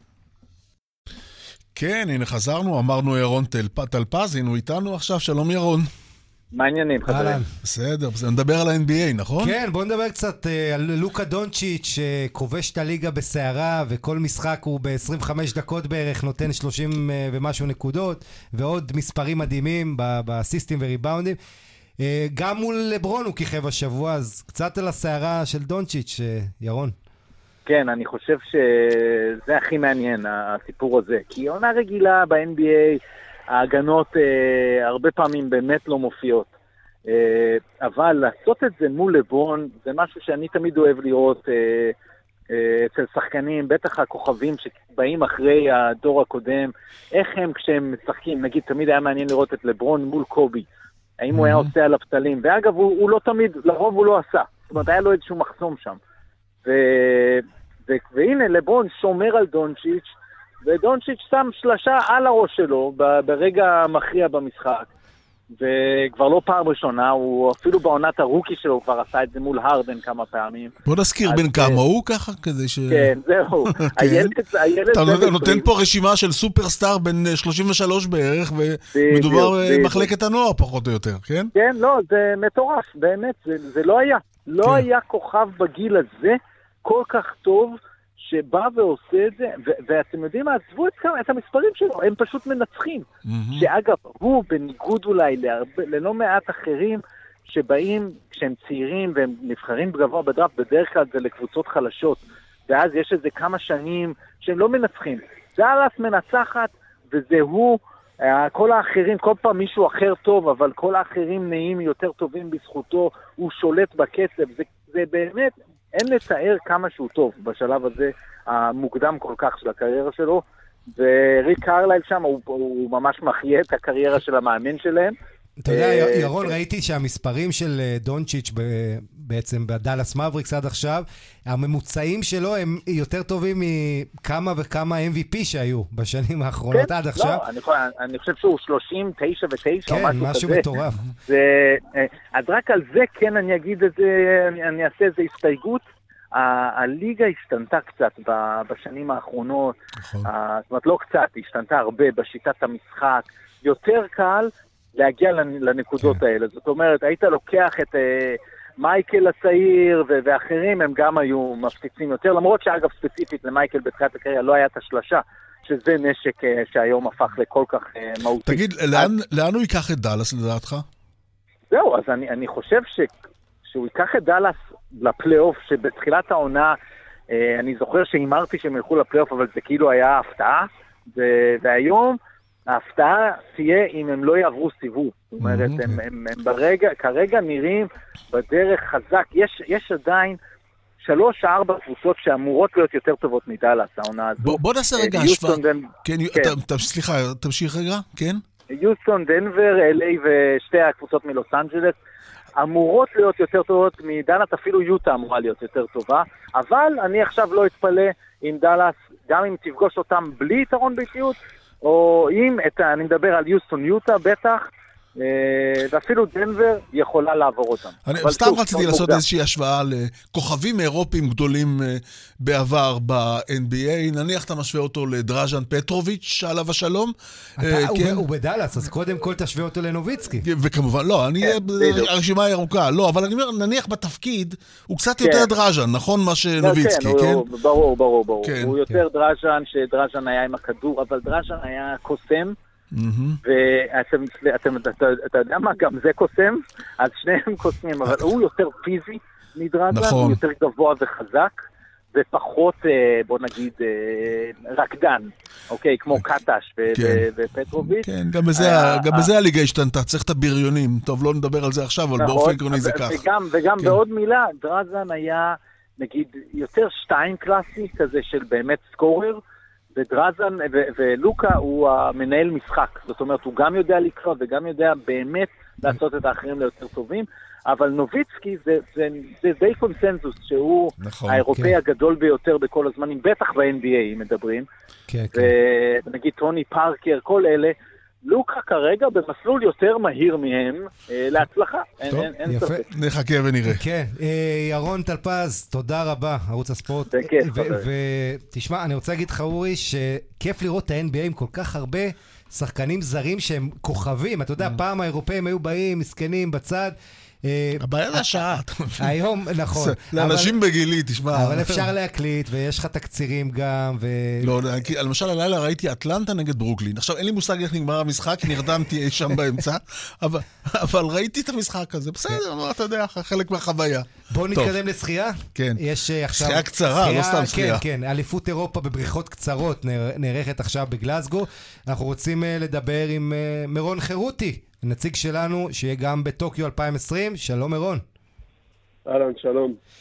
כן, הנה חזרנו, אמרנו ירון טלפז, הנה הוא איתנו עכשיו, שלום ירון. מה העניינים, חברים? בסדר, בסדר, נדבר על ה-אן בי איי, נכון? כן, בוא נדבר קצת על לוקה דונצ'יץ' שכובש את הליגה בסערה, וכל משחק הוא ב-עשרים וחמש דקות בערך, נותן שלושים ומשהו נקודות, ועוד מספרים מדהימים באסיסטים וריבאונדים. גם מול לברון הוא כיכב השבוע, אז קצת על הסערה של דונצ'יץ', ירון. כן, אני חושב שזה הכי מעניין, הסיפור הזה. כי עונה רגילה ב-אן בי איי, ההגנות אה, הרבה פעמים באמת לא מופיעות. אה, אבל לעשות את זה מול לברון, זה משהו שאני תמיד אוהב לראות. אה, אצל שחקנים, בטח הכוכבים שבאים אחרי הדור הקודם, איך הם כשהם משחקים, נגיד תמיד היה מעניין לראות את לברון מול קובי, האם הוא היה עושה על הפתלים, ואגב הוא, הוא לא תמיד, לרוב הוא לא עשה, זאת אומרת היה לו איזשהו מחסום שם, ו... ו... והנה לברון שומר על דונצ'יץ', ודונצ'יץ' שם שלשה על הראש שלו ברגע המכריע במשחק, וכבר לא פעם ראשונה, הוא אפילו בעונת הרוקי שלו כבר עשה את זה מול הרדן כמה פעמים. בוא נזכיר בין כמה הוא ככה, כדי ש... כן, זהו. אתה נותן פה רשימה של סופרסטאר בין שלושים ושלוש בערך, ומדובר במחלקת הנוער פחות או יותר, כן? כן, לא, זה מטורף, באמת, זה לא היה. לא היה כוכב בגיל הזה כל כך טוב, שבא ועושה את זה, ו- ואתם יודעים מה, עזבו את, את המספרים שלו, הם פשוט מנצחים. Mm-hmm. שאגב, הוא בניגוד אולי להרבה, ללא מעט אחרים, שבאים כשהם צעירים והם נבחרים גבוה בדראפט, בדרך כלל זה לקבוצות חלשות, ואז יש איזה כמה שנים שהם לא מנצחים. דאלאס מנצחת, וזה הוא, כל האחרים, כל פעם מישהו אחר טוב, אבל כל האחרים נהיים יותר טובים בזכותו, הוא שולט בקצב, זה, זה באמת... אין לתאר כמה שהוא טוב בשלב הזה המוקדם כל כך של הקריירה שלו, וריק קרלייל שם הוא, הוא ממש מחיה את הקריירה של המאמן שלהם. אתה יודע, ירון, ראיתי שהמספרים של דונצ'יץ' בעצם בדאלאס מאבריקס עד עכשיו, הממוצעים שלו הם יותר טובים מכמה וכמה אם וי פי שהיו בשנים האחרונות עד עכשיו. לא, אני חושב שהוא שלושים, תשע ותשע או משהו כזה. כן, משהו מטורף. אז רק על זה כן אני אגיד את זה, אני אעשה איזו הסתייגות. הליגה השתנתה קצת בשנים האחרונות, זאת אומרת לא קצת, השתנתה הרבה בשיטת המשחק, יותר קל להגיע לנקודות האלה. זאת אומרת, היית לוקח את מייקל הצעיר ואחרים, הם גם היו מפציצים יותר, למרות שאגב ספציפית למייקל בתחילת הקריירה לא היה את השלשה, שזה נשק שהיום הפך לכל כך מהותי. תגיד, לאן הוא ייקח את דאלאס לדעתך? זהו, אז אני חושב שהוא ייקח את דאלאס לפלייאוף, שבתחילת העונה, אני זוכר שאימרתי שהם ילכו לפלייאוף, אבל זה כאילו היה הפתעה, והיום ההפתעה תהיה אם הם לא יעברו סיבוב. זאת אומרת, הם, הם, הם ברגע, כרגע נראים בדרך חזק. יש, יש עדיין שלוש, ארבע קבוצות שאמורות להיות יותר טובות מדאלאס, העונה הזו. בוא, בוא נעשה רגע השוואה. כן, כן. ת, ת, סליחה, תמשיך רגע, כן? יוסטון, דנבר, אל איי ושתי הקבוצות מלוס אנג'לס אמורות להיות יותר טובות מדאלאס, אפילו יוטה אמורה להיות יותר טובה, אבל אני עכשיו לא אתפלא עם דאלאס, גם אם תפגוש אותם בלי יתרון ביתיות, או אם, את, אני מדבר על יוסטון יוטה בטח, ואפילו דנבר יכולה לעבור אותם. אני סתם רציתי לעשות איזושהי השוואה לכוכבים אירופיים גדולים בעבר ב-אן בי איי, נניח אתה משווה אותו לדראז'ן פטרוביץ' עליו השלום. הוא בדאלאס, אז קודם כל תשווה אותו לנוביצקי. וכמובן, לא, הרשימה היא ארוכה, לא, אבל אני אומר, נניח בתפקיד, הוא קצת יותר דראז'ן, נכון מה שנוביצקי, כן? ברור, ברור, ברור. הוא יותר דראז'ן, שדראז'ן היה עם הכדור, אבל דראז'ן היה קוסם, ואתה יודע מה, גם זה קוסם, אז שניהם קוסמים, אבל הוא יותר פיזי מדראז'ן, הוא יותר גבוה וחזק, ופחות, בוא נגיד, רקדן, אוקיי, כמו קטש ופטרוביץ'. כן, גם בזה הליגה השתנתה, צריך את הבריונים, טוב, לא נדבר על זה עכשיו, אבל באופן עקרוני זה כך. וגם בעוד מילה, דראז'ן היה, נגיד, יותר שתיים קלאסי, כזה של באמת סקורר, ודרזן ולוקה הוא המנהל משחק, זאת אומרת הוא גם יודע לקרוא וגם יודע באמת לעשות את האחרים ליותר טובים, אבל נוביצקי זה, זה, זה די קונסנזוס שהוא נכון, האירופאי כן. הגדול ביותר בכל הזמנים, בטח ב-אן בי איי מדברים, כן, כן. ונגיד טוני פארקר, כל אלה, לוקה כרגע במסלול יותר מהיר מהם אה, להצלחה. טוב, אין, אין יפה. ספק. נחכה ונראה. כן, אה, ירון טלפז, תודה רבה, ערוץ הספורט. זה כיף. ותשמע, אני רוצה להגיד לך אורי, שכיף לראות את ה-אן בי איי עם כל כך הרבה שחקנים זרים שהם כוכבים. אתה יודע, פעם האירופאים היו באים, מסכנים בצד, הבעיה זה השעה. היום, נכון. לאנשים בגילי, תשמע. אבל אפשר להקליט, ויש לך תקצירים גם. לא, למשל הלילה ראיתי אטלנטה נגד ברוקלין. עכשיו, אין לי מושג איך נגמר המשחק, נרדמתי שם באמצע, אבל ראיתי את המשחק הזה. בסדר, אתה יודע, חלק מהחוויה. בואו נתקדם לשחייה. כן. שחייה קצרה, לא סתם שחייה. כן, כן. אליפות אירופה בבריכות קצרות נערכת עכשיו בגלזגו. אנחנו רוצים לדבר עם מרון חירותי. נציג שלנו שיהיה גם בטוקיו אלפיים עשרים. שלום מרון. אהלן, שלום.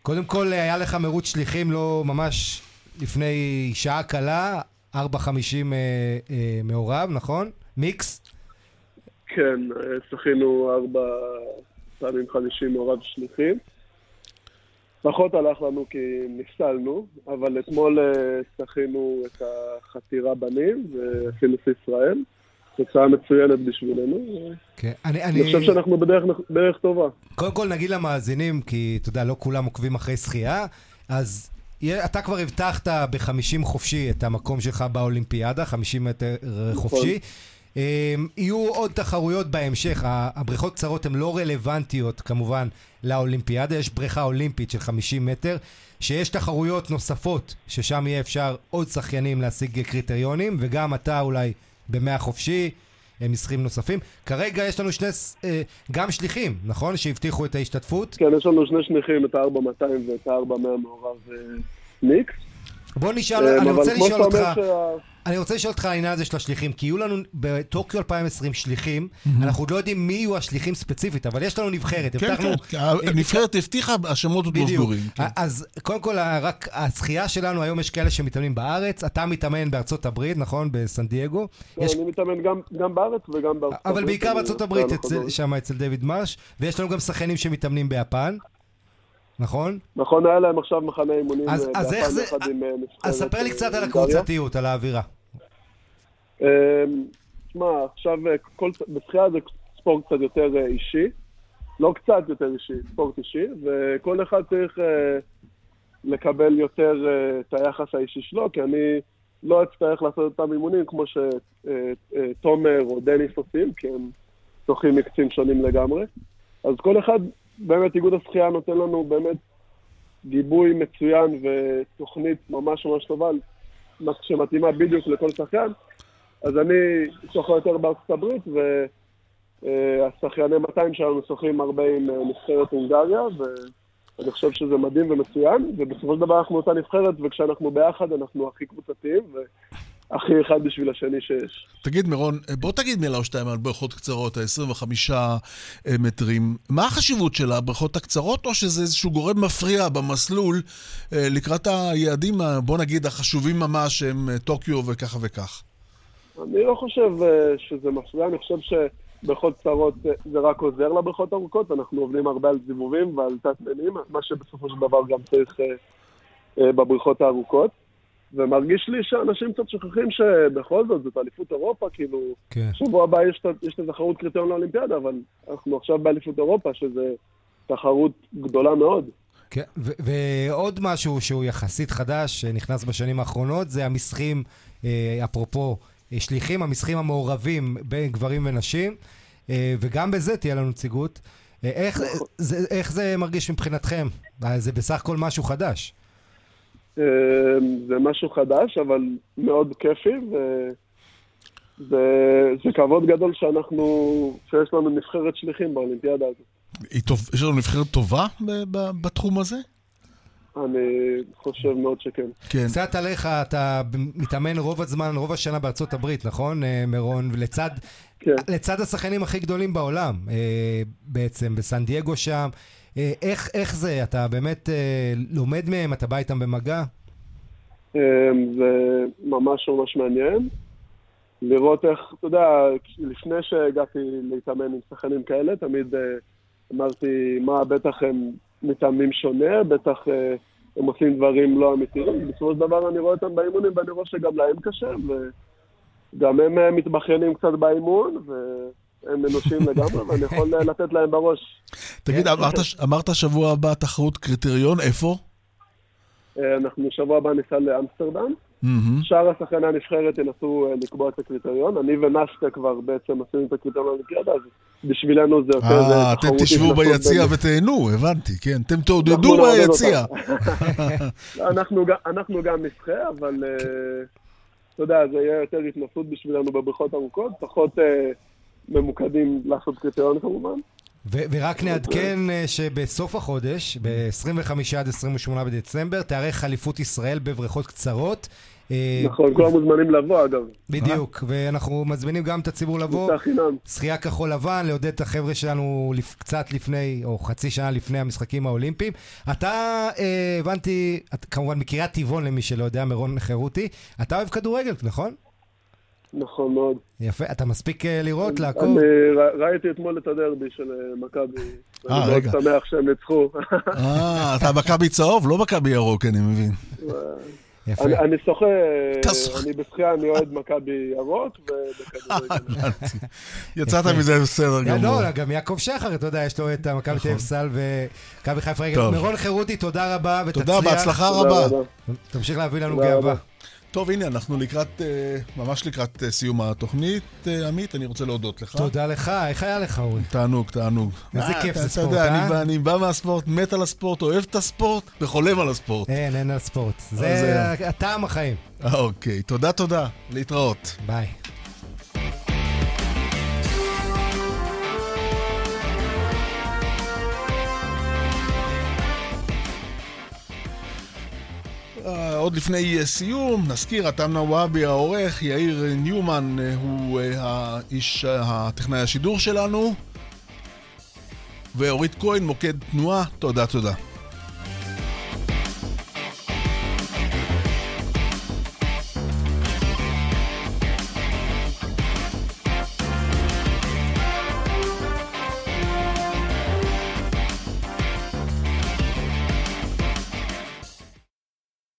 קודם כל, היה לך מרוץ שליחים לא ממש לפני שעה קלה, ארבע חמישים אה, אה, מעורב, נכון? מיקס? כן, שחינו ארבע פעמים חמישים מעורב שליחים. פחות הלך לנו כי נפסלנו, אבל אתמול שחינו את החתירה בנים ועשינו את ישראל. תוצאה מצוינת בשבילנו. כן, אני, אני חושב שאנחנו בדרך, בדרך טובה. קודם כל נגיד למאזינים, כי אתה יודע, לא כולם עוקבים אחרי שחייה, אז אתה כבר הבטחת ב-חמישים חופשי את המקום שלך באולימפיאדה, חמישים מטר חופשי. יהיו עוד תחרויות בהמשך, הבריכות קצרות הן לא רלוונטיות כמובן לאולימפיאדה, יש בריכה אולימפית של חמישים מטר, שיש תחרויות נוספות ששם יהיה אפשר עוד שחיינים להשיג קריטריונים, וגם אתה אולי במאה חופשי, משחקים נוספים. כרגע יש לנו שני, גם שליחים, נכון? שהבטיחו את ההשתתפות? כן, יש לנו שני שליחים, את ה-ארבע מאתיים ואת ה-ארבע מאה מעורב מיקס. בוא נשאל, אני רוצה לשאול אותך, אני רוצה לשאול אותך העניין הזה של השליחים, כי יהיו לנו בטוקיו אלפיים ועשרים שליחים, אנחנו עוד לא יודעים מי יהיו השליחים ספציפית, אבל יש לנו נבחרת. כן, כן, הנבחרת הבטיחה, השמות עוד לא סגורים. אז קודם כל, רק השחייה שלנו, היום יש כאלה שמתאמנים בארץ, אתה מתאמן בארצות הברית, נכון? בסן דייגו. אני מתאמן גם בארץ וגם בארצות הברית. אבל בעיקר בארצות הברית, שם אצל דיוויד מרש, ויש לנו גם שחיינים שמתאמנים ביפן. נכון? נכון, היה להם עכשיו מחנה אימונים. אז, אז איך זה, אז ספר לי קצת על הקבוצתיות, על האווירה. תשמע, עכשיו בשחייה זה ספורט קצת יותר אישי, לא קצת יותר אישי, ספורט אישי, וכל אחד צריך לקבל יותר את היחס האישי שלו, כי אני לא אצטרך לעשות אותם אימונים כמו שתומר או דניס עושים, כי הם שוחים מקצים שונים לגמרי. אז כל אחד, באמת איגוד השחייה נותן לנו באמת גיבוי מצוין ותוכנית ממש ממש טובה שמתאימה בדיוק לכל שחיין. אז אני שוחה יותר בארצות הברית, והשחייני מאתיים שלנו שוחים הרבה עם נבחרת הונגריה, ואני חושב שזה מדהים ומצוין, ובסופו של דבר אנחנו אותה נבחרת, וכשאנחנו ביחד אנחנו הכי קבוצתיים, הכי אחד בשביל השני שיש. תגיד מירון, בוא תגיד מילה או שתיים על בריכות קצרות, ה-עשרים וחמישה מטרים. מה החשיבות של הבריכות הקצרות, או שזה איזשהו גורם מפריע במסלול לקראת היעדים, בוא נגיד, החשובים ממש, הם טוקיו וככה וכך? אני לא חושב שזה מפריע, אני חושב שבריכות קצרות זה רק עוזר לבריכות ארוכות, אנחנו עובדים הרבה על זיבובים ועל תת-מינים, מה שבסופו של דבר גם צריך בבריכות הארוכות. ומרגיש לי שאנשים קצת שוכחים שבכל זאת, זאת אליפות אירופה, כאילו, כן. שבוע הבא יש, יש תחרות קריטריון לאולימפיאדה, אבל אנחנו עכשיו באליפות אירופה, שזה תחרות גדולה מאוד. כן, ו- ועוד משהו שהוא יחסית חדש, שנכנס בשנים האחרונות, זה המשחקים, אה, אפרופו שליחים, המשחקים המעורבים בין גברים ונשים, אה, וגם בזה תהיה לנו נציגות. אה, איך, זה, איך זה מרגיש מבחינתכם? זה בסך הכל משהו חדש. זה משהו חדש, אבל מאוד כיפי, וזה כבוד גדול שאנחנו, שיש לנו נבחרת שליחים באולימפיאדה הזאת. יש לנו נבחרת טובה בתחום הזה? אני חושב מאוד שכן. קצת עליך, אתה מתאמן רוב הזמן, רוב השנה בארצות הברית, נכון, מירון? ולצד לצד השחיינים הכי גדולים בעולם, בעצם, בסן דייגו שם. איך, איך זה? אתה באמת לומד מהם? אתה בא איתם במגע? זה ממש ממש מעניין. לראות איך, אתה יודע, לפני שהגעתי להתאמן עם שחיינים כאלה, תמיד אמרתי, מה, בטח הם מתאמנים שונה, בטח הם עושים דברים לא אמיתיים. בסופו של דבר אני רואה אותם באימונים, ואני רואה שגם להם קשה, וגם הם מתבחיינים קצת באימון, ו... הם אנושיים לגמרי, ואני יכול לתת להם בראש. תגיד, אמרת שבוע הבא תחרות קריטריון, איפה? אנחנו שבוע הבא ניסע לאמסטרדם. שאר השחייני הנבחרת ינסו לקבוע את הקריטריון. אני ונסטה כבר בעצם עשינו את הקריטריון האולימפיאדה, אז בשבילנו זה יותר תחרות. אה, אתם תשבו ביציע ותהנו, הבנתי, כן. אתם תעודדו ביציע. אנחנו גם נשחה, אבל אתה יודע, זה יהיה יותר התנסות בשבילנו בבריכות ארוכות, פחות... ממוקדים לעשות קריטריון כמובן. ורק נעדכן שבסוף החודש, ב-עשרים וחמישה עד עשרים ושמונה בדצמבר, תארך אליפות ישראל בבריכות קצרות. נכון, כולם מוזמנים לבוא אגב. בדיוק, ואנחנו מזמינים גם את הציבור לבוא. שחייה כחול לבן, לעודד את החבר'ה שלנו קצת לפני, או חצי שנה לפני המשחקים האולימפיים. אתה, הבנתי, כמובן מקריית טבעון למי שלא יודע, מרון חירותי, אתה אוהב כדורגל, נכון? נכון מאוד. יפה, אתה מספיק לראות, לעקוב? אני ראיתי אתמול את הדרבי של מכבי. אני מאוד שמח שהם ניצחו. אה, אתה מכבי צהוב, לא מכבי ירוק, אני מבין. אני שוחה, אני בשחייה, אני אוהד מכבי ירוק ובכדורגל. יצאת מזה בסדר גמור. לא, גם יעקב שחר, אתה יודע, יש לו את מכבי תל אביב סל ומכבי חיפה רגל. מרון חירותי, תודה רבה ותצליח. תודה, בהצלחה רבה. תמשיך להביא לנו גאווה. טוב, הנה, אנחנו לקראת, ממש לקראת סיום התוכנית, עמית, אני רוצה להודות לך. תודה לך, איך היה לך, אורי? תענוג, תענוג. איזה כיף זה ספורט, אה? אני בא מהספורט, מת על הספורט, אוהב את הספורט, וחולם על הספורט. אין, אין על הספורט. זה הטעם החיים. אוקיי, תודה, תודה. להתראות. ביי. עוד לפני סיום, נזכיר, אתם נוואבי העורך, יאיר ניומן הוא האיש, הטכנאי השידור שלנו, ואורית כהן מוקד תנועה. תודה, תודה.